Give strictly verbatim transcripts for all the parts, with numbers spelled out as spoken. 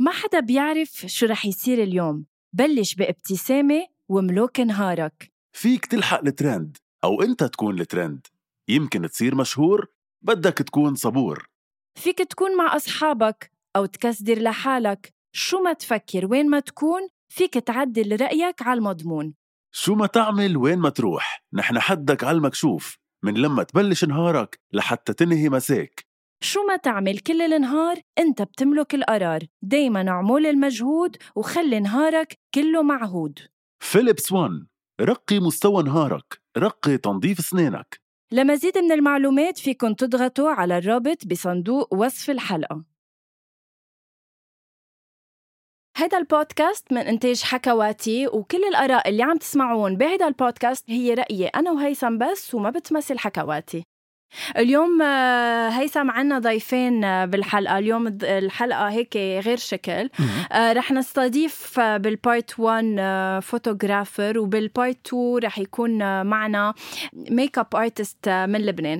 ما حدا بيعرف شو رح يصير اليوم. بلش بابتسامة وملوك نهارك. فيك تلحق الترند أو أنت تكون الترند. يمكن تصير مشهور، بدك تكون صبور. فيك تكون مع أصحابك أو تكسدر لحالك. شو ما تفكر وين ما تكون، فيك تعدل رأيك على المضمون. شو ما تعمل وين ما تروح، نحن حدك على المكشوف. من لما تبلش نهارك لحتى تنهي مساك. شو ما تعمل كل النهار، انت بتملك القرار. دايما اعمل المجهود وخلي نهارك كله معهود. فيليبس وان، رقي مستوى نهارك، رقي تنظيف سنينك. لمزيد من المعلومات فيكن تضغطوا على الرابط بصندوق وصف الحلقة. هيدا البودكاست من إنتاج حكواتي، وكل الآراء اللي عم تسمعون بهيدا البودكاست هي رأيي أنا وهيثم بس، وما بتمثل حكواتي. اليوم هيثم عنا ضيفين بالحلقة. اليوم الحلقة هيك غير شكل. رح نستضيف بالبارت واحد فوتوغرافر، وبالبارت اثنين رح يكون معنا ميك اب ارتست من لبنان.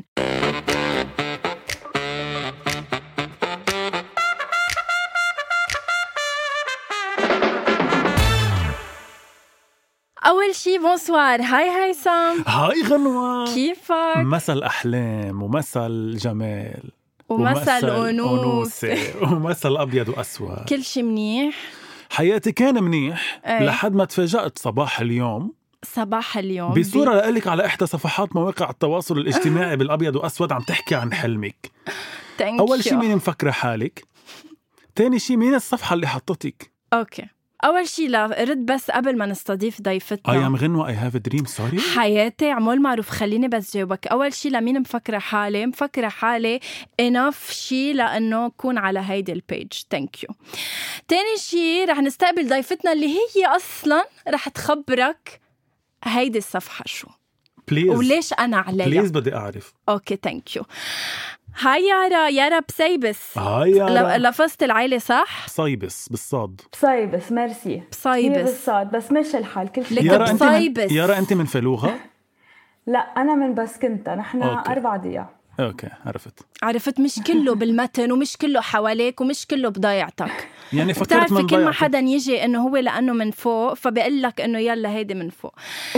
أول شي بونسوار. هاي هيثم. هاي غنوة. كيفك؟ مثل أحلام ومثل جمال ومثل أنوثة ومثل أبيض وأسود. كل شي منيح. حياتي كان منيح أي. لحد ما تفاجأت صباح اليوم صباح اليوم بصورة بي... لقلك على إحدى صفحات مواقع التواصل الاجتماعي بالأبيض وأسود عم تحكي عن حلمك. أول شي مين مفكرة حالك؟ تاني شي مين الصفحة اللي حطتك؟ أوكي، أول شي لا رد بس قبل ما نستضيف ضيفتنا. I am غنوة I have a dream. sorry حياتي عمول معروف. خليني بس جاوبك. أول شي لمين مفكرة حالي؟ مفكرة حالي enough شي لأنه كون على هيدي البيج. thank you. تاني شي رح نستقبل ضيفتنا اللي هي أصلاً رح تخبرك هيدي الصفحة شو Please. وليش أنا عليها. بليز بدي أعرف. أوكي thank you. هاي يارا. يارا بسيبس. هاي يارا. لفظت العيلة صح؟ بصيبس بالصاد. بصيبس ميرسي. بصيبس بالصاد بس مش الحال كل شيء. يارا أنت من... يارا أنت من فلوغة؟ لا أنا من بسكنتا. نحن أربع ضياع. أوكي عرفت. عرفت مش كله بالمتن ومش كله حواليك ومش كله بضيعتك. يعني فكرت من كل ما حدا يجي إنه هو لأنه من فوق فبقول لك إنه يلا هيدي من فوق.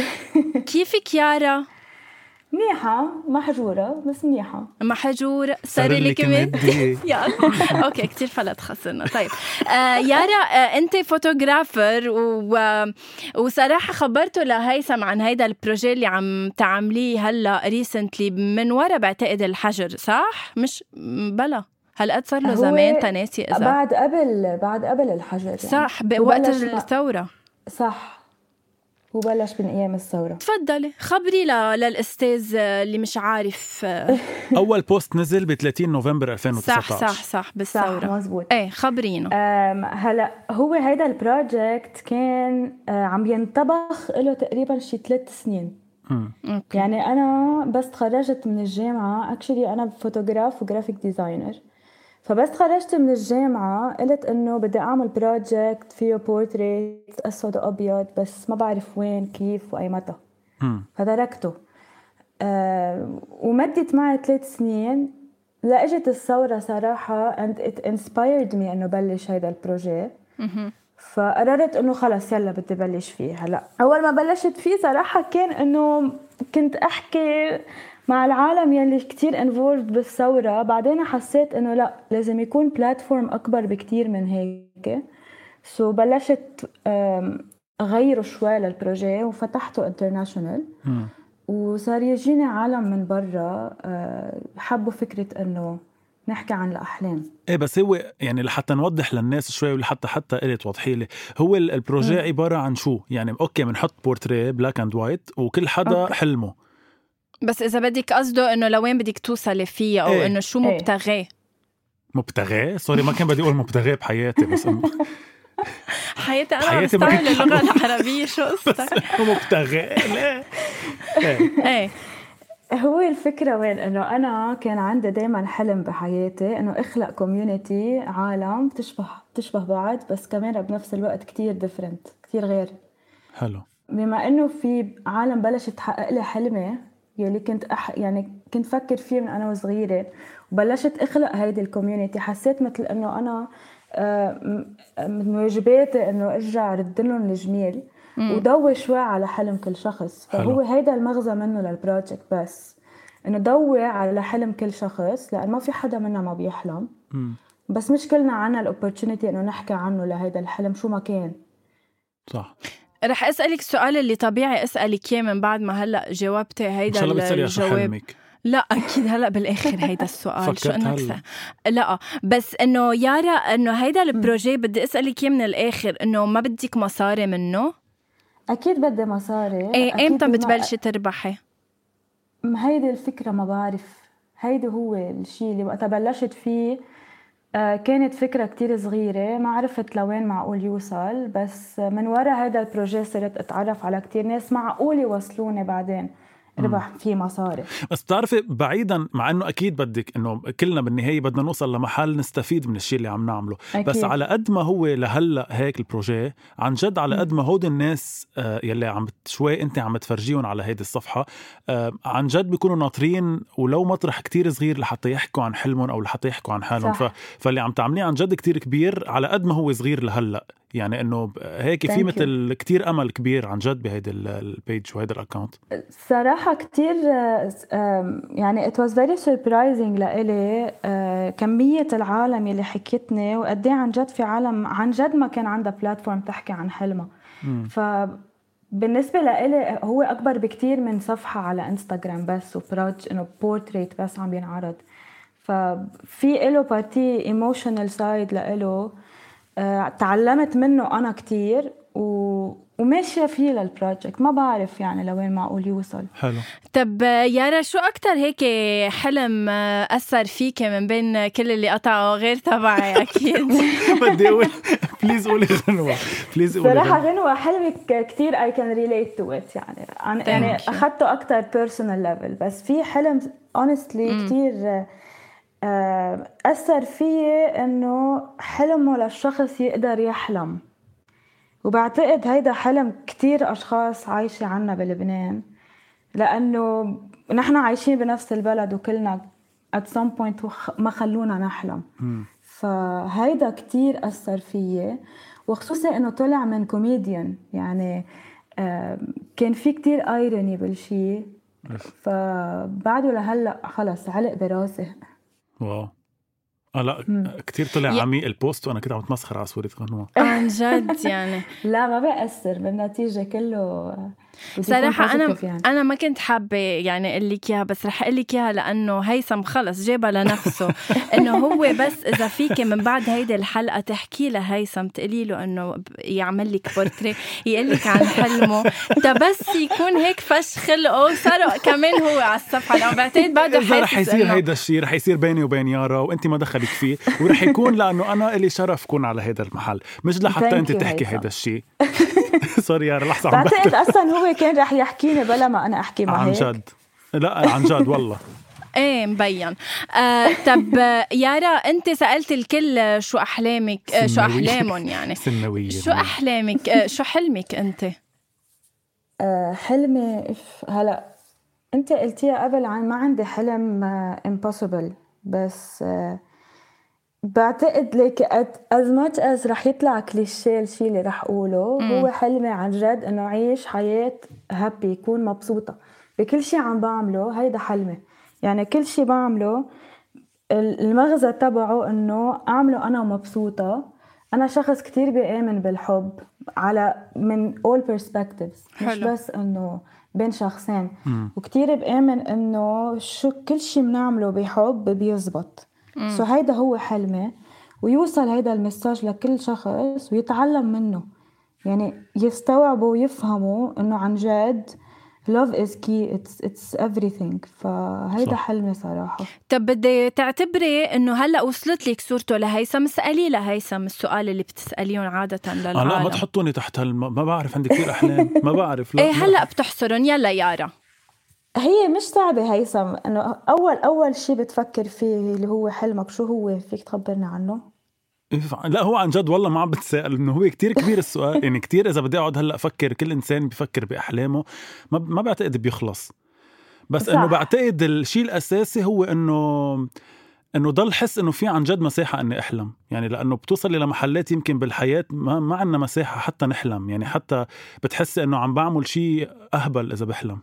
كيفك يارا؟ منيحة محجورة بس منيحة. محجورة صار لي كمان. يلا أوكي كتير فلت خسرنا. طيب آه يارا آه أنت فوتوغرافر و... وصراحة خبرته لهيثم عن هيدا البروجي اللي عم تعمليه هلا ريسنتلي من ورا بعتقد الحجر صح؟ مش بلا هلقد صار له زمان تناسي إذا بعد قبل بعد قبل الحجر يعني. صح بوقت الثورة. صح وبلش من أيام الثورة. تفضلي خبري ل... للأستاذ اللي مش عارف. أول بوست نزل ب ثلاثين نوفمبر ألفين وتسعة عشر. صح صح صح بالثورة. صح مزبوط. ايه خبرينا. هلا هو هيدا البروجكت كان عم ينطبخ له تقريبا شي ثلاث سنين. م. يعني أنا بس تخرجت من الجامعة اكشلي أنا فوتوغراف وجرافيك ديزاينر. فبس خرجت من الجامعة قلت إنه بدي أعمل بروجكت فيه بورتريت أسود وأبيض بس ما بعرف وين كيف وأي متى. فتركته أه ومدت معي ثلاث سنين لأجت الثورة صراحة and it inspired me إنه بلش هيدا البروجي. فقررت إنه خلاص يلا بدي بلش فيه. هلا أول ما بلشت فيه صراحة كان إنه كنت أحكي مع العالم يلي كتير انفولد بالثورة. بعدين حسيت انه لا لازم يكون بلاتفورم اكبر بكتير من هيك. سو so بلشت اغيره شوي للبروجي وفتحته انترناشونال وصار يجيني عالم من برا حبوا فكرة انه نحكي عن الأحلام. ايه بس هو يعني لحتى نوضح للناس شوي ولحتى حتى إلي توضحي لي هو البروجي عبارة عن شو يعني. اوكي بنحط بورتريه بلاك اند وايت وكل حدا أوكي. حلمه بس إذا بدك قصده إنه لوين بدك توصلي فيه أو إيه؟ إنه شو مبتغاه. إيه؟ مبتغاه سوري ما كان بدي أقول مبتغاه بحياتي بس إنه حياتي أنا بستعمل اللغة العربية شو قصدك مبتغاه لا إيه هو الفكرة وين إنه أنا كان عندي دايما حلم بحياتي إنه أخلق كوميونيتي عالم تشبه تشبه بعض بس كمان بنفس الوقت كتير ديفرنت كتير غير. حلو. بما إنه في عالم بلشت تحقق لي حلمي يلي كنت أح... يعني كنت فكر فيه من أنا وصغيرة وبلشت أخلق هيدي الكوميونيتي. حسيت مثل إنه أنا من واجباتي انه ارجع رد لهم الجميل وضوي شوي على حلم كل شخص. فهو هيدا المغزى منه للبروجكت، بس انه ضوي على حلم كل شخص، لان ما في حدا منا ما بيحلم. م. بس مش كلنا عنا الاوبورتونيتي انه نحكي عنه لهيدا الحلم شو ما كان. صح. رح اسالك السؤال اللي طبيعي اسالك اياه من بعد ما هلا جاوبتي هيدا الجواب. لا اكيد هلا بالاخر هيدا السؤال شو انك لا بس انه يارا انه هيدا البروجي بدي اسالك اياه من الاخر، انه ما بدك مصاري منه؟ اكيد بدي مصاري. ايه امتى بتبلشي تربحي؟ هيدي الفكره ما بعرف. هيدا هو الشيء اللي وقت بلشت فيه آه كانت فكره كتير صغيره، ما عرفت لوين معقول يوصل، بس من وراء هيدا البروجي صرت اتعرف على كتير ناس معقول يوصلوني بعدين ربح فيه مصاري. بس بتعرفي بعيدا، مع انه اكيد بدك انه كلنا بالنهايه بدنا نوصل لمحل نستفيد من الشيء اللي عم نعمله أكيد. بس على قد ما هو لهلا هيك البروجي عن جد، على قد ما هود الناس آه يلي عم شوي انت عم تفرجيهم على هيدي الصفحه آه عن جد بيكونوا ناطرين ولو مطرح كتير صغير لحتى يحكوا عن حلمهم او لحتى يحكوا عن حالهم. ف... فاللي عم تعمليه عن جد كتير كبير على قد ما هو صغير لهلا. يعني انه هيك في مثل كتير امل كبير عن جد بهيدا البيج وهيدا الاكاونت. صراحه كتير يعني it was very surprising لإلي كميه العالم اللي حكيتني وقد ايه عن جد في عالم عن جد ما كان عندها بلاتفورم تحكي عن حلمها. فبالنسبه لإلي هو اكبر بكتير من صفحه على انستغرام بس وبروج انه بورتريت بس عم بينعرض. ففي له بارتي ايموشنال سايد لإله أه، تعلمت منه أنا كتير و... وماشية فيه للبروجكت. ما بعرف يعني لوين معقول يوصل. حلو. طب يارا شو أكتر هيك حلم أثر فيك من بين كل اللي قطعوا غير تبعي؟ أكيد بدي أقول بليز قولي غنوة، بليز قولي صراحة غنوة حلمك كتير I can relate to it. يعني أنا يعني أخذته أكتر personal level، بس في حلم honestly م. كتير أثر فيه إنه حلمه للشخص يقدر يحلم. وبعتقد هيدا حلم كتير أشخاص عايشة عنا بلبنان، لأنه نحن عايشين بنفس البلد وكلنا at some point ما خلونا نحلم. م. فهيدا كتير أثر فيه، وخصوصا إنه طلع من كوميديان. يعني كان في كتير ايروني بالشي، فبعده لهلأ خلص علق براسي. واو. اه لا كتير طلع ي... عميق البوست وانا كده عم اتمسخر على صورة غنوة عن جد. يعني لا ما بيأثر بالنتيجة كله صراحة. أنا يعني. أنا ما كنت حابة يعني أقول لك إياها، بس رح أقول لك إياها لأنه هيثم خلص جابها لنفسه. إنه هو بس إذا فيك من بعد هيدي الحلقة تحكي له هيثم، تقولي له إنه يعمل لك بورتري يقول لك عن حلمه، تبس يكون هيك فش خلقه صار كمان هو على الصفحة. لو بعتقد بعده حاسس رح يصير هيدا الشيء رح يصير بيني وبين يارا وأنت ما دخلك فيه، ورح يكون لأنه أنا إلي شرف كون على هيدا المحل، مش لحتى أنت تحكي هيدا الشيء. سوري يا لحظة. بعتقد أصلا هو كان رح يحكيني بلا ما أنا أحكي معه. عن جد لا عن جد والله. ايه مبين. آه طب يارا انت سألت الكل شو أحلامك آه شو أحلامهم يعني سنوية. شو أحلامك آه شو حلمك أنت؟ آه حلمي هلا أنت قلتيها قبل عن ما عندي حلم آه impossible، بس آه بعتقد لك as much as رح يطلع كليشيه الشيء اللي رح أقوله م. هو حلمي عن جد إنه أعيش حياة happy، يكون مبسوطة بكل شيء عم بعمله. هيدا حلمي. يعني كل شيء بعمله المغزى تبعه إنه أعمله أنا مبسوطة. أنا شخص كتير بيآمن بالحب على من all perspectives، مش بس إنه بين شخصين م. وكتير بآمن إنه شو كل شيء بنعمله بحب بيزبط. سو so هيدا هو حلمي، ويوصل هيدا المساج لكل شخص ويتعلم منه، يعني يستوعبوا ويفهموا إنه عن جد love is key it's it's everything. فهيدا صح. حلمي صراحة. طب بدي تعتبري إنه هلأ وصلت لك صورته لهيثم، اسألي لهيثم السؤال اللي بتسأليون عادة للعالم. لا ما تحطوني تحت هالم... ما بعرف عندي كتير أحلام ما بعرف. لا إيه هلأ بتحصرن. يلا يارا. هي مش صعبة هيثم، إنه أول أول شيء بتفكر فيه اللي هو حلمك شو هو، فيك تخبرنا عنه؟ لا هو عن جد والله ما عم بتسأل، إنه هو كتير كبير السؤال. يعني كتير إذا بدي أقعد هلأ أفكر، كل إنسان بيفكر بأحلامه ما ما بعتقد بيخلص. بس صح. إنه بعتقد الشيء الأساسي هو إنه انه ضل حس انه في عن جد مساحه اني احلم، يعني لانه بتوصل لمحلات يمكن بالحياه ما, ما عندنا مساحه حتى نحلم، يعني حتى بتحس انه عم بعمل شيء اهبل اذا بحلم.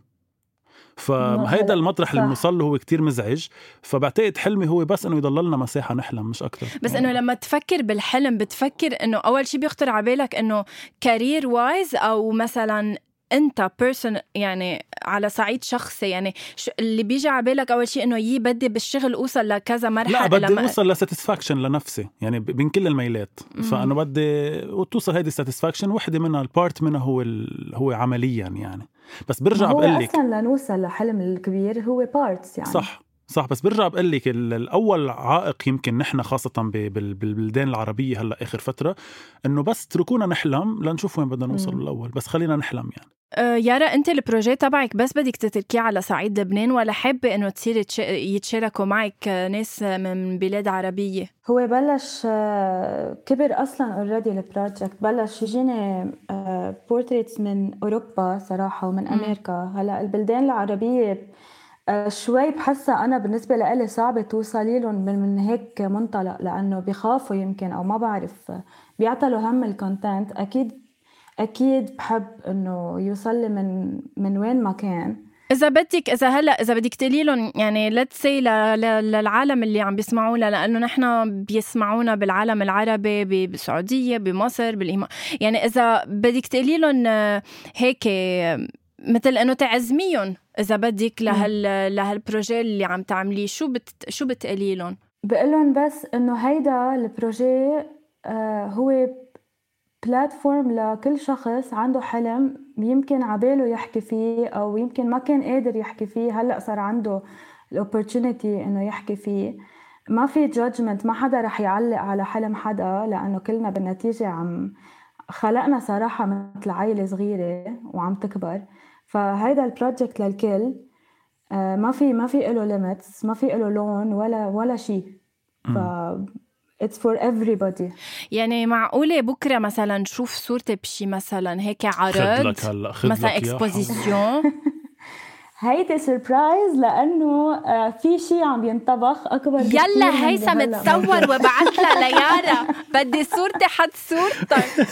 فهيدا المطرح اللي بنوصل له هو كتير مزعج. فبعتقد حلمي هو بس انه يضل لنا مساحه نحلم مش اكتر. بس انه لما تفكر بالحلم بتفكر انه اول شيء بيخطر على بالك انه كارير وايز او مثلا انت بيرسون، يعني على صعيد شخصي، يعني اللي بيجي على بالك اول شيء انه يي بدي بالشغل اوصل لكذا مرحله؟ لا بدي لما... اوصل لساتسفاكشن لنفسي، يعني بين كل الميلات. فانا بدي وتوصل هيدي الساتسفاكشن، وحده منها البارت منها هو ال... هو عمليا يعني. بس برجع بقول لك اصلا لنوصل لحلم الكبير هو بارتس يعني. صح صح. بس برجع بقول لك الاول عائق يمكن نحن خاصه بالبلدان العربيه هلا اخر فتره، انه بس تركونا نحلم لنشوف وين بدنا نوصل بالاول، بس خلينا نحلم يعني. أه يارا، انت البروجي تبعك بس بدك تتركيه على صعيد لبنان، ولا حابه انه تصير يتشاركوا معك ناس من بلاد عربيه؟ هو بلش كبر اصلا اوريدي البروجكت، بلش يجيني بورتريتس من اوروبا صراحه ومن امريكا. هلا البلدان العربيه شوي بحسها أنا بالنسبة لإلي صعبة توصلي لهم من هيك منطلق، لأنه بيخافوا يمكن أو ما بعرف بيعطلوا هم الكونتنت. أكيد أكيد بحب إنه يوصل من من وين ما كان. إذا بدك إذا هلا إذا بدك تقولي لهم يعني let's say للعالم اللي عم بيسمعونا، لأنه نحن بيسمعونا بالعالم العربي بالسعودية بمصر بالإمارات، يعني إذا بدك تقولي لهم هيك مثل انه تعزميهم اذا بدك لهال لهالبروجي اللي عم تعمليه، شو بت شو بتقولي لهم؟ بقول لهم بس انه هيدا البروجي آه هو بلاتفورم لكل شخص عنده حلم يمكن عباله يحكي فيه او يمكن ما كان قادر يحكي فيه، هلا صار عنده الاوبورتونيتي انه يحكي فيه. ما في جادجمنت، ما حدا رح يعلق على حلم حدا، لانه كلنا بالنتيجه عم خلقنا صراحه مثل عائله صغيره وعم تكبر. فهيدا البروجكت للكل، آه ما في ما في له ليميتس، ما في له لون ولا ولا شيء. ف it's for everybody. يعني معقوله بكره مثلا نشوف صورتي بشي مثلا هيك عرض مثلا اكسبوزيسيون؟ هيدي سربرايز لانه آه في شيء عم ينطبخ اكبر بكثير. يلا هيثم تصور وبعث لها ليارا، بدي صورتي حد صورتك.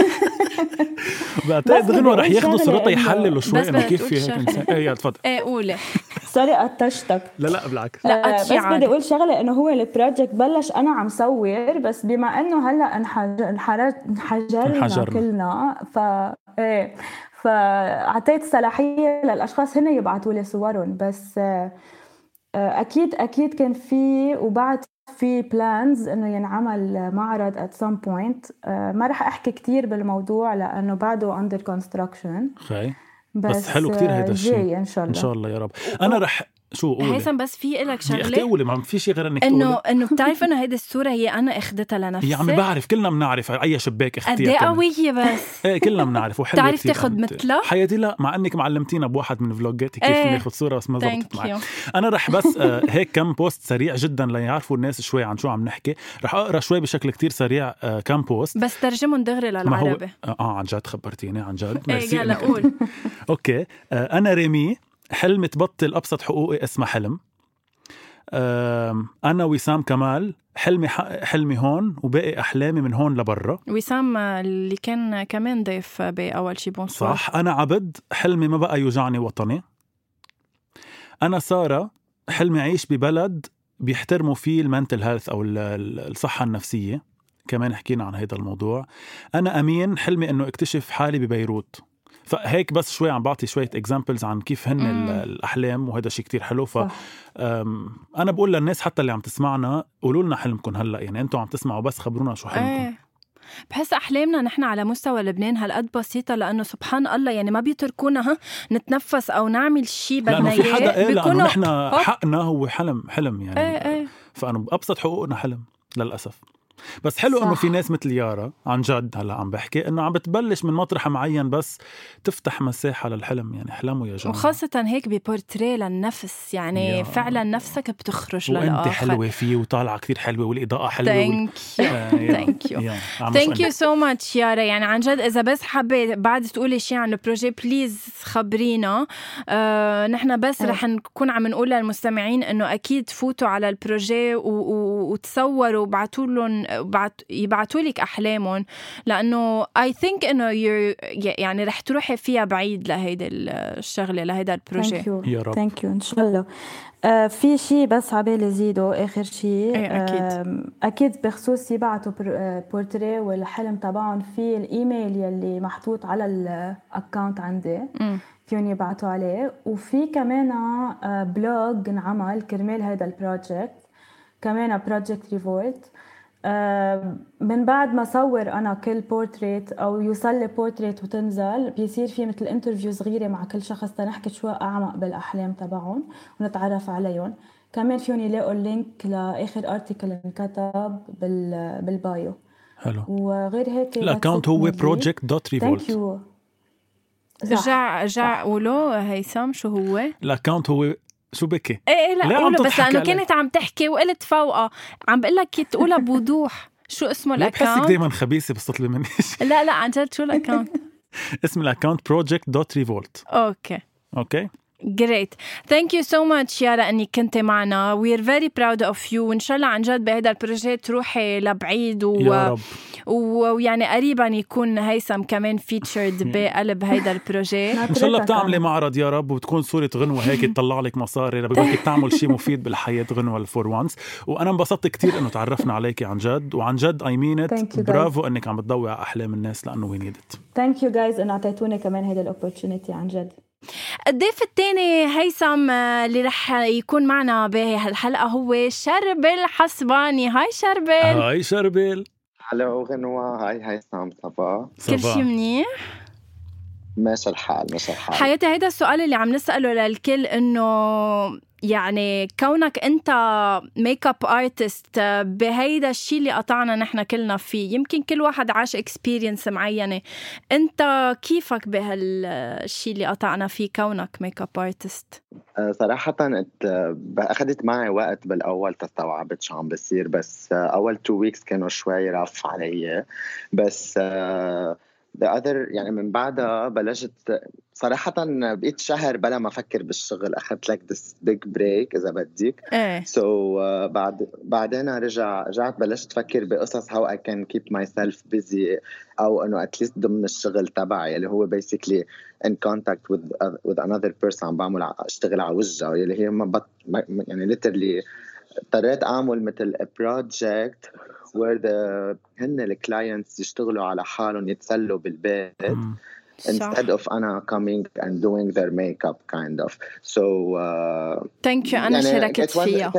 بعتقد غنوة رح ياخدوا صورتها يحللوا شوي انه كيف في هيك انسان. ايه تفضل. ايه قولي. سوري قطشتك. لا لا بالعكس. لا بس بدي اقول شغله، انه هو البروجكت بلش انا عم صور، بس بما انه هلا انحرج انحجرنا كلنا، ف ايه فعطيت صلاحيه للاشخاص هن يبعثوا لي صورهم. بس اكيد اكيد كان في وبعد في بلانز انه ينعمل معرض at some point. ما رح احكي كتير بالموضوع لانه بعده under construction. خي. بس, بس حلو كتير هيدا الشيء ان شاء الله. ان شاء الله يا رب. انا رح شو قولي هيثم بس في لك شغله اختي قولي، ما في شيء غير انك تقولي انه انه بتعرف انه هيدي الصوره هي انا اخذتها لنفسي. يا عمي بعرف، كلنا بنعرف اي شباك اختيها قد ايه قويه بس. ايه كلنا بنعرف وحلوه. بتعرف تاخذ مثلها حياتي؟ لا، مع انك معلمتينا بواحد من فلوجاتي كيف ايه. ناخذ صوره بس ما زبطت معي. انا رح بس آه هيك كم بوست سريع جدا ليعرفوا الناس شوي عن شو عم نحكي. رح اقرا شوي بشكل كتير سريع آه كم بوست، بس ترجمهم دغري للعربي. اه, آه عن جد خبرتيني عن جد. ايه يلا قول. اوكي. آه انا ريمي، حلمي تبطل ابسط حقوقي اسمها حلم. أنا وسام كمال، حلمي حلمي هون وباقي أحلامي من هون لبرا. وسام اللي كان كمان ضيف بأول شي بونسوار. صح. أنا عبد، حلمي ما بقى يوجعني وطني. أنا سارة، حلمي عيش ببلد بيحترموا فيه المنتل هيلث أو الصحة النفسية، كمان حكينا عن هذا الموضوع. أنا أمين، حلمي أنه اكتشف حالي ببيروت. فهيك بس شوي عم بعطي شوية examples عن كيف هن الأحلام، وهذا شيء كتير حلو. ف أنا بقول للناس حتى اللي عم تسمعنا، قولوا لنا حلمكم هلأ، يعني أنتوا عم تسمعوا بس خبرونا شو حلمكم. ايه. بحس أحلامنا نحن على مستوى لبنان هالقد بسيطة، لأنه سبحان الله يعني ما بيتركونا ها نتنفس أو نعمل شيء بدنا إياه. لأنه في حدا قال لأنه نحن حقنا هو حلم حلم يعني. ايه ايه. فأنا أبسط حقوقنا حلم للأسف. بس حلو انه في ناس مثل يارا عن جد هلا عم بحكي انه عم بتبلش من مطرح معين بس تفتح مساحه للحلم. يعني احلموا يا جماعه، وخاصه هيك ببورتريه للنفس، يعني فعلا نفسك بتخرج للاخر، وانت حلوه فيه وطالعه كتير حلوه والاضاءه حلوه. ثانك يو ثانك يو ثانك يو سو ماتش يارا. يعني عن جد اذا بس حابه بعد تقولي شيء عن البروجي بليز خبرينا. آه نحن بس رح نكون عم نقول للمستمعين انه اكيد فوتوا على البروجي وتصوروا وبعتوا لهم يبعتوا لك احلامهم، لانه اي ثينك انه يعني رح تروحي فيها بعيد لهيدا الشغله لهيدا البروجي. يا رب ثانك يو ان شاء الله. آه في شيء بس عبالي زيده اخر شيء. ايه اكيد آه اكيد بخصوص يبعتوا بورتريه والحلم تبعهم في الايميل يلي محطوط على الاكاونت عندي م. فيهم يبعتوا عليه. وفي كمان آه بلوج انعمل كرمال هذا البروجكت كمان، بروجكت ريفولت. آه من بعد ما صور أنا كل بورتريت أو يوصل لي بورتريت وتنزل، بيصير في مثل انترفيو صغيرة مع كل شخص تنحكي شوي أعمق بالأحلام تبعهم ونتعرف عليهم. كمان فيهم يلاقوا اللينك لآخر أرتيكل انكتب بالبايو. حلو. وغير هيك الأكاونت هو بروجكت دوت ريفولت. رجع رجع قولوا هيثم شو هو الأكاونت؟ هو شو بكي؟ ايه لا قولوا بس لأنه كانت عم تحكي وقلت فوقها عم بقول لك تقولها بوضوح. شو اسمه الأكاونت؟ بحسك دايما خبيثة بس تطلبي مني. لا لا عن جد شو الأكاونت؟ اسم الأكاونت بروجكت دوت ريفولت. اوكي اوكي Great. Thank you so much يارا أني كنت معنا. We are very proud of you. وإن شاء الله عن جد بهذا البروجي تروحي لبعيد و... يا رب. ويعني قريبا يكون هيثم كمان featured بقلب هيدا البروجي. إن شاء الله بتعملي معرض يا رب وتكون صورة غنوة هيك تطلع لك مصاري بقولك تعمل شيء مفيد بالحياة غنوة الفور وانس. وأنا انبسطت كتير إنه تعرفنا عليكي عن جد وعن جد I mean it. برافو إنك عم بتضوي على أحلام الناس لأنه we need it. Thank you guys إنه أعطيتوني كمان هيدا الopportunity عن جد. الضيف الثاني هيثم اللي رح يكون معنا بهالحلقة هو شربل حسباني. هاي شربل. هاي شربل. هلو غنوة. هاي هيثم. صباح. كل شي منيح؟ ماشي الحال ماشي الحال حياتي. هيدا السؤال اللي عم نسأله للكل، إنه يعني كونك أنت ميك اب ارتست بهيدا الشيء اللي قطعنا نحن كلنا فيه، يمكن كل واحد عاش اكسبيرينس معينة، أنت كيفك بهالشيء اللي قطعنا فيه كونك ميك اب ارتست؟ صراحة أخذت معي وقت بالأول تستوعبت شو عم بصير، بس أول تو ويكس كانوا شوي رف علي، بس the other يعني من بعدها بلشت صراحة بقيت شهر بلا ما أفكر بالشغل، أخذت لك this big break إذا بديك. إيه. so uh, بعد بعدين رجع رجعت بلشت أفكر بقصص how I can keep myself busy أو إنه at least ضمن الشغل تبعي اللي هو basically in contact with uh, with another person عم بعمل أشتغل على وجهه اللي هي ما بط يعني literally اضطريت أعمل مثل a project where the هن الكلاينتس يشتغلوا على حالهم يتسلوا بالبيت instead of أنا coming and doing their makeup kind of. so uh, thank you. أنا يعني شاركت فيها.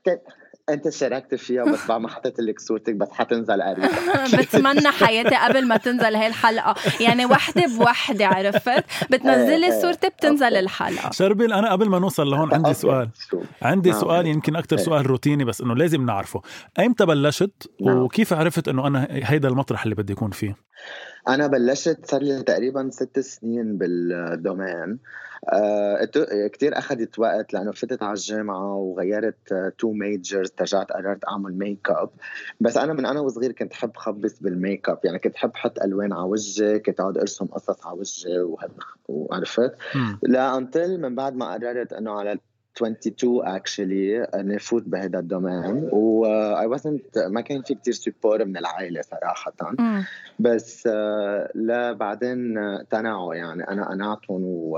أنت شاركت فيها بس بعد ما حطيت لك صورتك بس حتنزل قريب. بتمنى حياتي قبل ما تنزل هاي الحلقة يعني واحدة بوحدة عرفت بتنزلي صورتي بتنزل الحلقة. شربيل أنا قبل ما نوصل لهون عندي سؤال عندي سؤال يمكن أكتر سؤال روتيني بس إنه لازم نعرفه. أيمتى بلشت وكيف عرفت إنه أنا هيدا المطرح اللي بدي يكون فيه؟ أنا بلشت صار لي تقريبا ست سنين بالدومين. أه كتير أخذت وقت لأنه فتت على الجامعة وغيرت تو ميجرز ترجعت قررت أعمل ميك اب. بس أنا من أنا وصغير كنت حب خبص بالميك اب يعني كنت حب حط ألوان على وجهي كنت أقعد أرسم قصص على وجهي وعرفت لا أنتل من بعد ما قررت أنه على اثنين وعشرين actually أنا فوت بهذا الدومين و I wasn't ما كان في كتير سبور من العائلة صراحة م. بس لا بعدين تنعوا يعني أنا قنعتهم و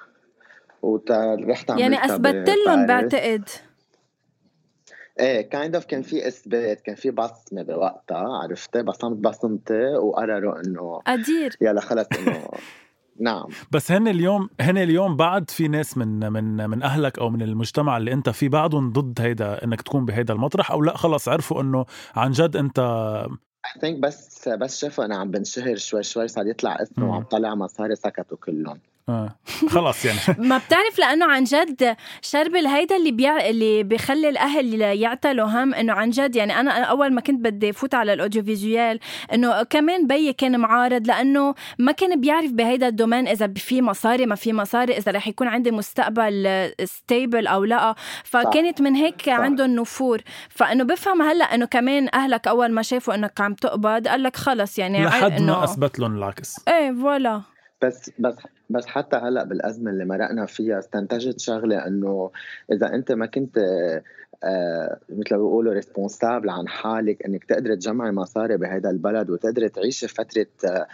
ورحت يعني أثبتت لهم بعتقد. ايه kind of كان في اثبات كان في بصمه بوقتها عرفت بصمت بصمتي وقرروا انه ادير يلا خلص انه نعم. بس هن اليوم هن اليوم بعد في ناس من من من اهلك او من المجتمع اللي انت فيه بعدهم ضد هيدا انك تكون بهيدا المطرح او لا خلص عرفوا انه عن جد انت I think بس بس شافوا انا عم بنشهر شوي شوي صار يطلع اسمه وعم طلع مصاري سكتوا كلهم. آه. خلاص يعني ما بتعرف لأنه عن جد شربل هيدا اللي بيع... اللي بيخلي الأهل يعتلوا هم إنه عن جد. يعني أنا أول ما كنت بدي فوت على الأوديو فيزيوال إنه كمان بي كان معارض لأنه ما كان بيعرف بهيدا الدومين إذا في مصاري ما في مصاري، إذا رح يكون عندي مستقبل ستيبل أو لا. فكانت من هيك عندهم نفور. فإنه بفهم هلأ إنه كمان أهلك أول ما شافوا إنك عم تقبض قال لك خلص يعني لحد إنه ما أثبت لهم العكس. إيه فوالا. بس بس بس حتى هلا بالازمه اللي مرقنا فيها استنتجت شغله انه اذا انت ما كنت آه مثل ما بيقولوا ريسبونسابل عن حالك انك تقدر تجمع مصاري بهذا البلد وتقدر تعيش فتره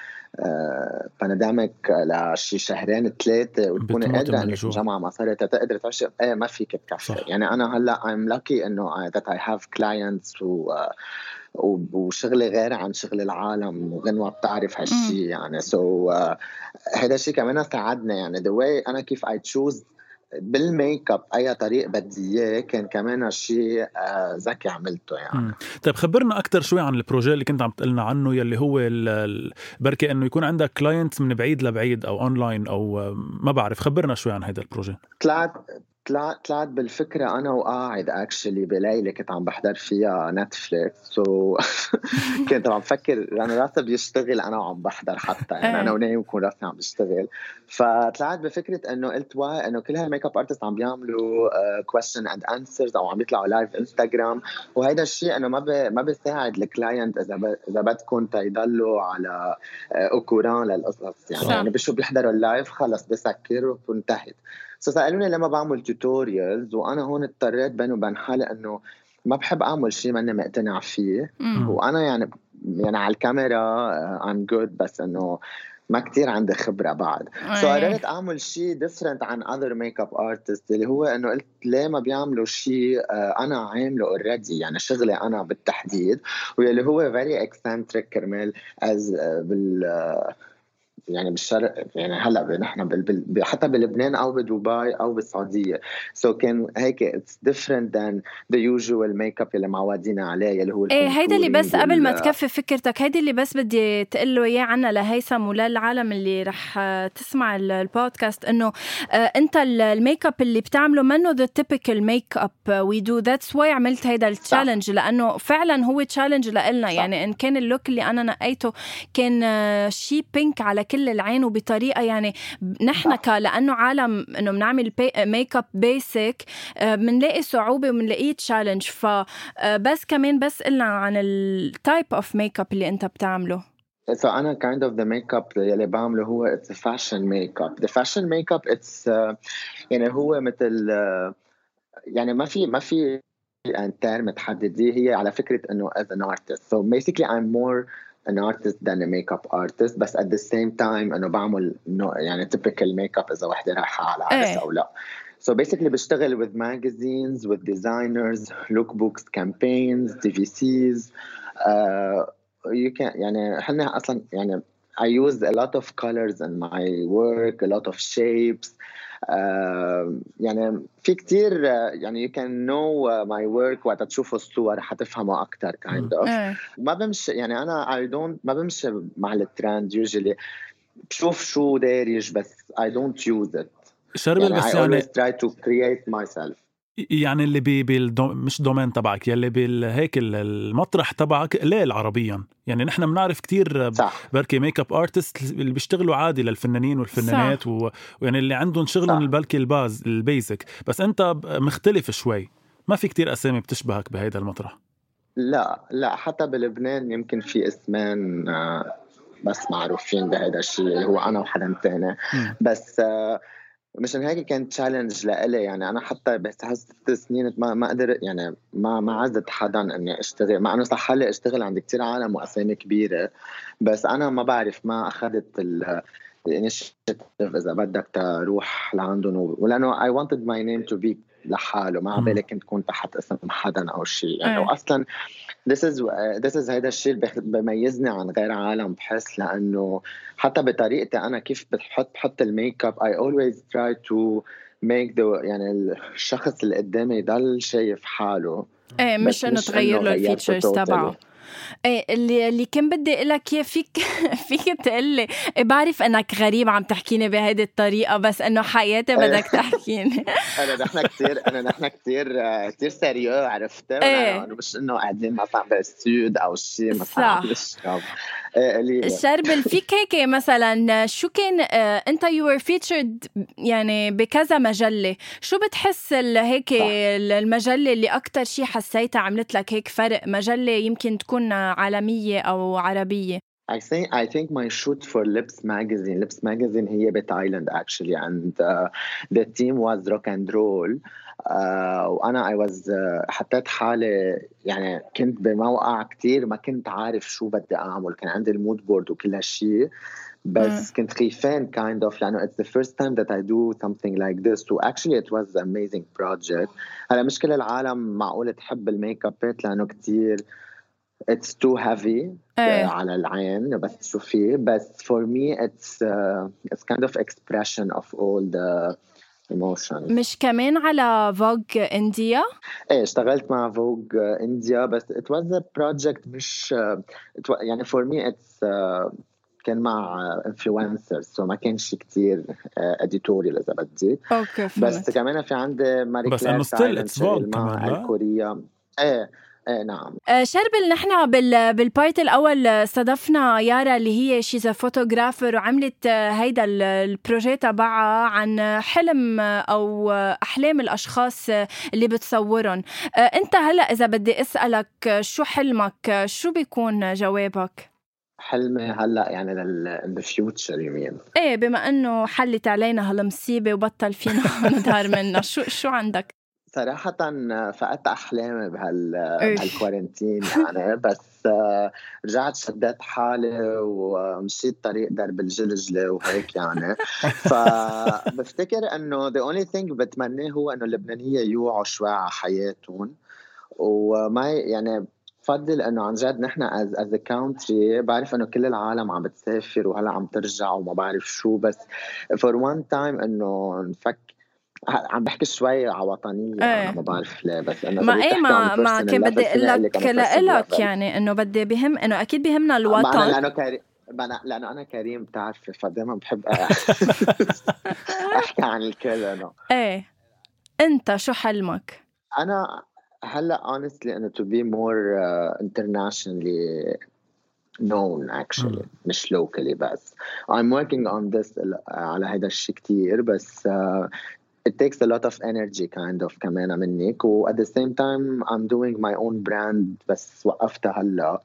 آه بانديميك لشي شهرين ثلاثه وتكون قادره انك تجمع مصاري تقدر تعيش، ايه ما فيك تكفي. يعني انا هلا I'm lucky انه that I have clients و وشغلي غير عن شغل العالم وغنوة بتعرف هالشي يعني. سو so, uh, هذا الشيء كمان ساعدنا يعني the way أنا كيف I choose بالميك اب أي طريق بدي إياه كان كمان شيء ذكي عملته يعني. مم. طيب خبرنا أكتر شوي عن البروجي اللي كنت عم تقلنا عنه يلي هو بركة إنه يكون عندك كلاينتس من بعيد لبعيد أو أونلاين أو ما بعرف. خبرنا شوي عن هذا البروجي. طلعت طلعت طلعت بالفكرة أنا وقاعد أكشلي بليلة كنت عم بحضر فيها نتفليكس و كنت عم بفكر أنا راسي بيشتغل أنا وعم بحضر حتى يعني أنا ونايم كون راسي عم بيشتغل. فطلعت بفكرة إنه قلت واي إنه كل هالميك اب أرتست عم بيعملوا question and answers أو عم بيطلعوا لايف إنستغرام، وهذا الشيء إنه ما ب... ما بيساعد الكلاينت إذا ب... إذا بدكم تيضلوا على أوكوران للقصص يعني. يعني بشو بيحضروا اللايف خلص بسكر وانتهت. سألوني لما بعمل توتوريالز وأنا هون اضطريت بيني وبين حالي أنه ما بحب أعمل شيء ماني مقتنع فيه. مم. وأنا يعني يعني على الكاميرا I'm good بس أنه ما كتير عندي خبرة بعد. فقررت so أعمل شيء different عن other makeup artists اللي هو أنه قلت ليه ما بيعملوا شيء أنا عامله already يعني شغلي أنا بالتحديد واللي هو very eccentric كرمال as بال يعني بالشرق يعني هلا نحن بال... بال... حتى بلبنان او بدبي او بالسعوديه. سو so كان هيك اتس ديفرنت ذان ذا يوجوال ميك اب اللي معودين عليه اللي هو ايه هيدا اللي بس قبل وال... ما تكفي فكرتك هيدا اللي بس بدي تقول له اياه عنا لهيثم وللعالم اللي رح تسمع البودكاست انه انت الميك اب اللي بتعمله منه ذا تيبيكال ميك اب وي دو. ذاتس واي عملت هيدا التشالنج لانه فعلا هو تشالنج لنا. يعني ان كان اللوك اللي انا نقيته كان شي بينك على كل العين وبطريقة يعني نحن ك لأنه عالم إنه بنعمل ميك اب بيسك بنلاقي صعوبة وبنلاقيه تشالنج. فبس كمان بس قلنا عن التايب اوف ميك اب اللي أنت بتعمله. So أنا kind of the makeup اللي بعمله هو it's a fashion makeup. The fashion makeup it's uh, يعني هو مثل uh, يعني ما في ما في انتر متحددة هي على فكرة إنه as an artist. So basically I'm more an artist than a makeup artist بس at the same time أنه بعمل يعني typical makeup إذا واحدة رايحة على عرس أو لا. So basically بشتغل with magazines, with designers, lookbooks, campaigns, T V Cs. Uh, you can يعني حنا أصلا يعني I use a lot of colors in my work, a lot of shapes. Uh, يعني في كتير uh, يعني you can know uh, my work وقت تشوفوا الصور حتفهموا أكتر kind of. ما بمشي يعني أنا I don't ما بمشي مع الترند usually بشوف شو دارج بس I don't use it. شربل يعني بس I يعني always try to create myself. يعني اللي بي بالدو... مش دومين تبعك يلي بالهيك المطرح تبعك ليل عربيا يعني نحن بنعرف كتير بركي ميك اب ارتست اللي بيشتغلوا عادي للفنانين والفنانات و... ويعني اللي عندهم شغلهم البلكي الباز البيزك. بس انت مختلف شوي ما في كتير اسامي بتشبهك بهيدا المطرح. لا لا حتى بلبنان يمكن في اسمان بس معروفين بهذا الشيء اللي هو انا وحدا تاني بس مشان هيك كان تشالنج لإلي يعني. أنا حتى بس ست سنين ما ما قدر يعني ما ما عزت حدا إني أشتغل مع إنه صح لي أشتغل عند كتير عالم وأسامي كبيرة بس أنا ما بعرف ما أخذت ال الانيشيتيف إذا بدك تروح لعندهم ولأنه I wanted my name to be لحاله ما عبالي كنت كون تحت اسم حدا أو شيء يعني. وأصلاً this is this is هيدا الشيء اللي بيميزني عن غير عالم بحس لأنه حتى بطريقتي أنا كيف بحط بحط الميك اب I always try to make the يعني الشخص اللي قدامي يضل شايف حاله ايه مش إنه تغير له الفيتشرز تبعه. ايه اللي اللي كان بدي اقول لك اياه، فيك فيك تقول لي بعرف انك غريب عم تحكيني بهيدي الطريقه، بس انه حياتي بدك تحكيني. انا نحن كثير انا نحن كثير كثير سيريو، عرفت؟ ايه. انا مش انه قاعدين مثلا بالسود او شيء مثلا نشرب. الشربل فيك هيك مثلا شو كان آه، انت you were featured يعني بكذا مجله، شو بتحس هيك المجله اللي اكتر شيء حسيتها عملت لك هيك فرق، مجله يمكن تكون عالميه او عربيه؟ I think I think my shoot for Lips magazine Lips magazine هي بتايلاند actually, and uh, the team was rock and roll. uh, وأنا I was uh, حطيت حالي يعني كنت بموقع كتير ما كنت عارف شو بدي أعمل، كان عندي المود بورد وكل هالشي، بس كنت خيفان kind of لأنه it's the first time that I do something like this. so actually it was an amazing project. هلا مش كل العالم معقول تحب الميك ابات لأنه كتير it's too heavy أيه. على العين بس تشوفيه، بس for me it's uh, it's kind of expression of all the emotions. مش كمان على فوغ انديا؟ ايه اشتغلت مع فوغ انديا، بس it was a project مش uh, يعني for me it's uh, كان مع influencers so ما كانش كتير editorial إذا بدي. اوكي فهمت. بس كمان في عندي ماري بس كلير انه ستيل اتس فوغ كمان الكورية. ايه ايه نعم. شربل نحن بال بالبارت الاول استضفنا يارا اللي هي شيزا فوتوغرافر، وعملت هيدا البروجي تبعها عن حلم او احلام الاشخاص اللي بتصورهم. انت هلا اذا بدي اسالك شو حلمك شو بيكون جوابك؟ حلمي هلا يعني لل future يمين. ايه بما انه حلت علينا هالمصيبه وبطل فينا نظهر منها، شو شو عندك؟ صراحة فقدت أحلامي بهال بهالكوارنتين يعني، بس رجعت شدت حالي ومشيت طريق درب الجلجلة وهيك يعني. فبفتكر إنه the only thing بتمناه هو إنه اللبنانية يوعوا شوي على حياتهم، وما يعني بفضل إنه عن جد نحن as as a country، بعرف إنه كل العالم عم بتسافر وهلا عم ترجع وما بعرف شو، بس for one time إنه نفك. عم بحكي شوي على وطنية ايه. أنا ما بعرف ليه، بس أنا ما إيه ما ما كان بدي أقول لك لإلك يعني إنه بدي بهم إنه أكيد بهمنا الوطن. أنا لأنه كريم أنا لأنه أنا كريم بتعرف، فدايما بحب أحكي عن الكل أنا. إيه أنت شو حلمك؟ أنا هلا honestly أنا to be more uh, internationally known actually mm. مش locally بس. I'm working on this على هذا الشيء كتير، بس uh, it takes a lot of energy kind of كمان منك، و at the same time I'm doing my own brand بس وقفتها هلا.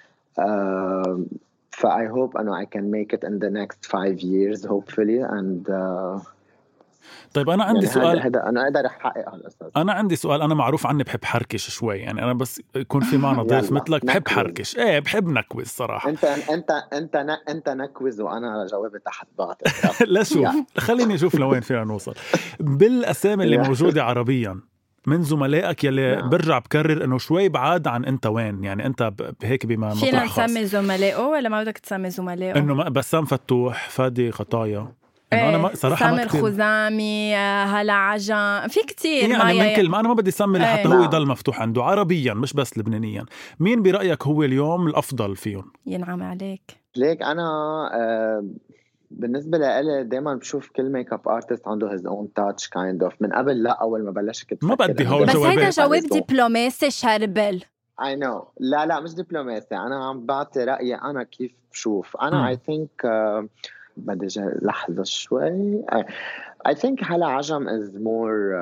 uh, ف I hope أنه I can make it in the next five years hopefully and uh, طيب أنا عندي يعني سؤال. هذا أنا أقدر أحقق هالأساس. أنا عندي سؤال. أنا معروف عني بحب حركش شوي يعني، أنا بس يكون في معنا ضيف مثلك بحب حركش. إيه بحب نكوز صراحة. أنت أنت أنت أنت نكوز وأنا جوابي تحت بعض. لا شوف خليني أشوف لوين فينا نوصل. بالأسامي اللي موجودة عربيا من زملائك يلي برجع بكرر إنه شوي بعاد عن أنت وين يعني، أنت بهيك بما مطرح فينا نسمي زملائه ولا ما بدك تسمي زملائه؟ إنه بسام فتوح، فادي خطايا، إنه أنا ما صراحة سامر خزامي، هلا عجان، في كتير يعني من كل ما أنا ما بدي أسمي لحتى هو يضل مفتوح عنده عربيا مش بس لبنانيا. مين برأيك هو اليوم الأفضل فيهم؟ ينعم عليك. ليك أنا آه بالنسبة لي دايما بشوف كل ميك اب ارتست عنده his own touch kind of. من قبل لا أول ما بلش كنت ما بدي هو بس هيدا جواب دبلوماسي شربل. I know. لا لا مش دبلوماسي، أنا عم بعطي رأيي أنا كيف بشوف. أنا م. I think uh, بدي لحظة شوي. I think هلا عجم is more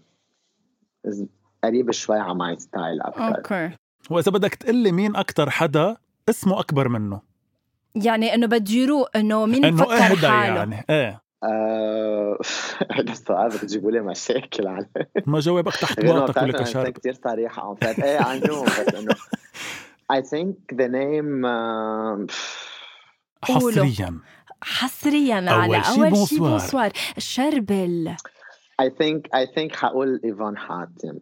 uh, is قريب شوي على my style أكتر. okay. وإذا بدك تقلي مين أكتر حدا اسمه أكبر منه يعني إنه بدي يروق إنه مين يفكر حاله يعني إيه هذا السؤال بتجيبوا لي مشاكل على ما جاوبك تحت باطك ولا كشرب كتير صريحة عم إيه I know بس إنه I think the name uh... حصريا حصريا على أول شيء بونسوار شربل. I think I think حقول إيفان حاتم.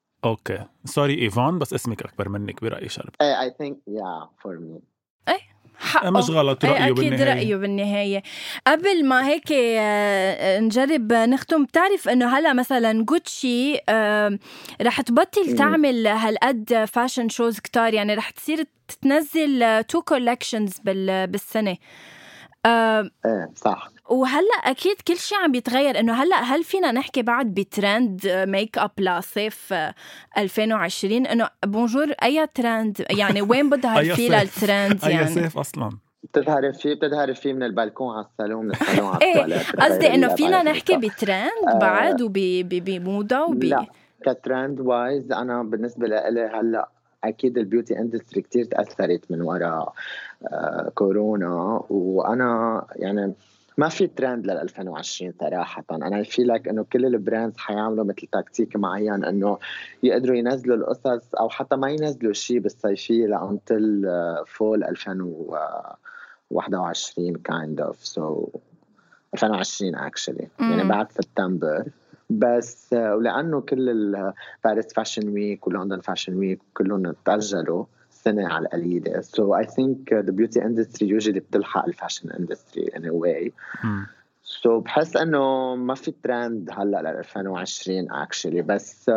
أوكي سوري إيفان بس اسمك أكبر منك برأي شربل. I think yeah for me. إيه مش غلط رأيه أكيد بالنهاية. رأيه بالنهاية. قبل ما هيك نجرب نختم، بتعرف إنه هلأ مثلا جوتشي رح تبطل تعمل هالقد فاشن شوز كتار، يعني رح تصير تنزل تو كولكشنز بالسنة. ايه صح. وهلا اكيد كل شيء عم بيتغير، انه هلا هل فينا نحكي بعد بترند ميك اب لصيف ألفين وعشرين؟ انه بونجور اي ترند يعني وين بتظهر فيه للترند؟ يعني اي صيف اصلا بتظهر فيه بتظهر فيه من البلكون على الصالون، من الصالون على التواليت. ايه قصدي انه فينا نحكي بترند بعد وبموضه وبي لا كترند وايز. انا بالنسبه لي هلا اكيد البيوتي اندستري كتير تاثرت من وراء آه كورونا، وانا يعني ما في ترند لل ألفين وعشرين صراحه. انا في لك انه كل البراندز حيعملوا مثل تكتيك معين انه يقدروا ينزلوا القصص او حتى ما ينزلوا شيء بالصيفيه لانتل فول ألفين وواحد وعشرين kind of so ألفين وعشرين actually يعني بعد سبتمبر بس. ولانه كل الباريس فاشن ويك ولندن فاشن ويك كلهم تاجلوا سنه على القليله. so I think the beauty industry usually بتلحق الفاشن industry in a way. so بحس انه ما في ترند هلا ل ألفين وعشرين actually. بس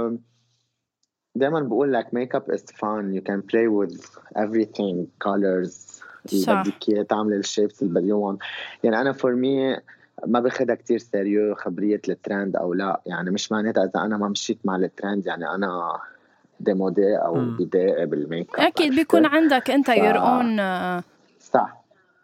دائما بقول لك ميك اب is fun, you can play with everything, colors اللي بدك اياه، تعمل الشيبس اللي بدك. يعني انا for me ما بخدها كتير سيريو خبرية الترند أو لا. يعني مش معناتها إذا أنا ما مشيت مع الترند يعني أنا ديمودي أو بدائي بالميك اب. أكيد بيكون عندك أنت ف... your own صح.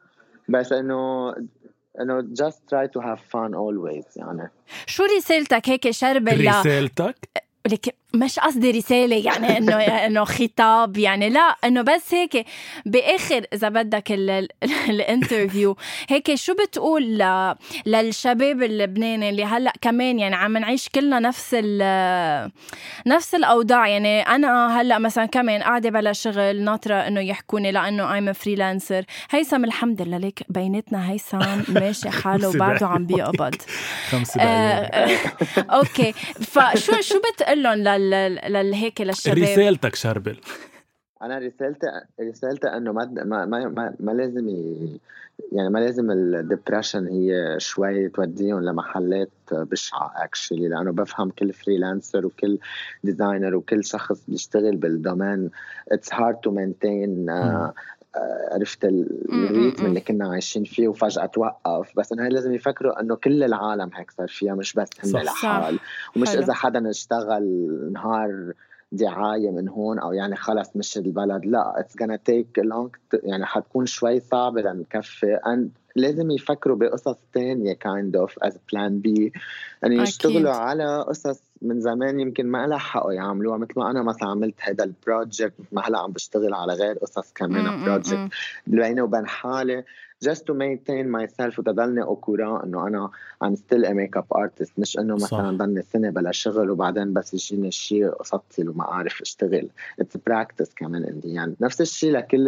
بس إنه إنه just try to have fun always. يعني شو رسالتك هيك شربل؟ رسالتك لك مش قصدي رسالة يعني إنه انه خطاب يعني، لا انه بس هيك باخر اذا بدك الانترفيو هيك شو بتقول ل... للشباب اللبناني اللي هلا كمان يعني عم نعيش كلنا نفس ال... نفس الاوضاع. يعني انا هلا مثلا كمان قاعده بلا شغل ناطره انه يحكوني لانه ايم فريلانسر. هيثم الحمد لله ليك بيناتنا هيثم ماشي حاله وبعده عم بيقبض خمس دقايق. اوكي فشو شو بتقول لهم لل للهيك للشباب؟ رسالتك شربل. انا رسالتي رسالتي انه ما ما ما, ما لازم ي... يعني ما لازم الديبريشن هي شوي توديهم لمحلات بشعة اكشلي، لانه بفهم كل فريلانسر وكل ديزاينر وكل شخص بيشتغل بالدومين it's hard to maintain uh, عرفت الريتم اللي كنا عايشين فيه وفجأة توقف. بس انه لازم يفكروا انه كل العالم هيك صار فيها مش بس هن لحال. ومش حلو. اذا حدا اشتغل نهار دعاية من هون او يعني خلص مش البلد، لا it's gonna take long يعني حتكون شوي صعبة لنكفي. and لازم يفكروا بقصص تانية kind of as plan B، يعني يشتغلوا على قصص من زمان يمكن ما لحقوا يعملوها. مثل ما أنا مثلا عملت هذا البروجكت، ما هلا عم بشتغل على غير قصص كمان بروجكت بيني وبين حالي just to maintain myself وتضلني أكورا إنه أنا I'm still a makeup artist، مش إنه مثلا ضلني سنة بلا شغل وبعدين بس يجيني الشيء أسطل وما أعرف أشتغل. it's practice كمان يعني. نفس الشيء لكل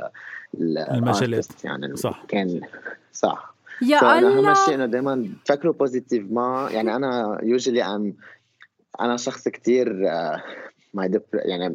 المجالات يعني. صح كان صح. يا الله. أهم شيء إنه دايما تفكروا بوزيتيف. ما يعني أنا usually I'm أنا شخص كتير uh, my dep- يعني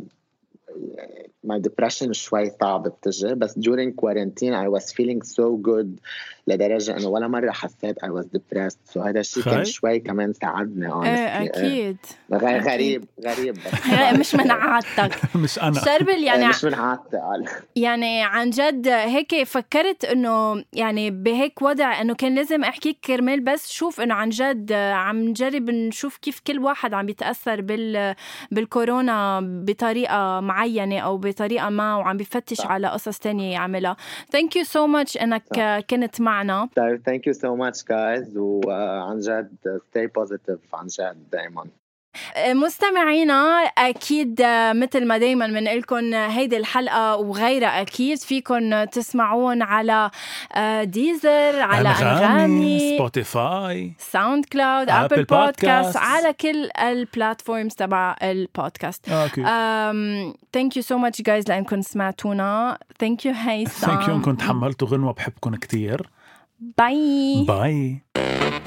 my depression شوي صعب بتجي. بس during quarantine I was feeling so good لدرجة إنه ولا مرة حسيت I was depressed. so هذا الشيء كان شوي كمان ساعدني. إيه أكيد. غريب غريب مش من عادتك. مش أنا شربل يعني مش من عادتي قال يعني عن جد هيك فكرت إنه يعني بهيك وضع إنه كان لازم أحكيك كرمال بس شوف إنه عن جد عم نجرب نشوف كيف كل واحد عم بيتأثر بال بالكورونا بطريقة معينة أو بطريقة ما، وعم بيفتش صح. على قصص تانية يعملها. thank you so much إنك صح. كنت معنا. thank you so much guys. وعن جد stay positive عن جد دايما. مستمعينا أكيد مثل ما دايما بنقلكم هيدي الحلقة وغيرها أكيد فيكن تسمعون على ديزر، على أنغامي، سبوتيفاي، ساوند كلاود، أبل بودكاست، على كل البلاتفورمز تبع البودكاست. um, thank you so much guys لأنكم سمعتونا. thank you هيثم. thank you أنكم تحملتوا غنوة، بحبكم كتير. باي باي.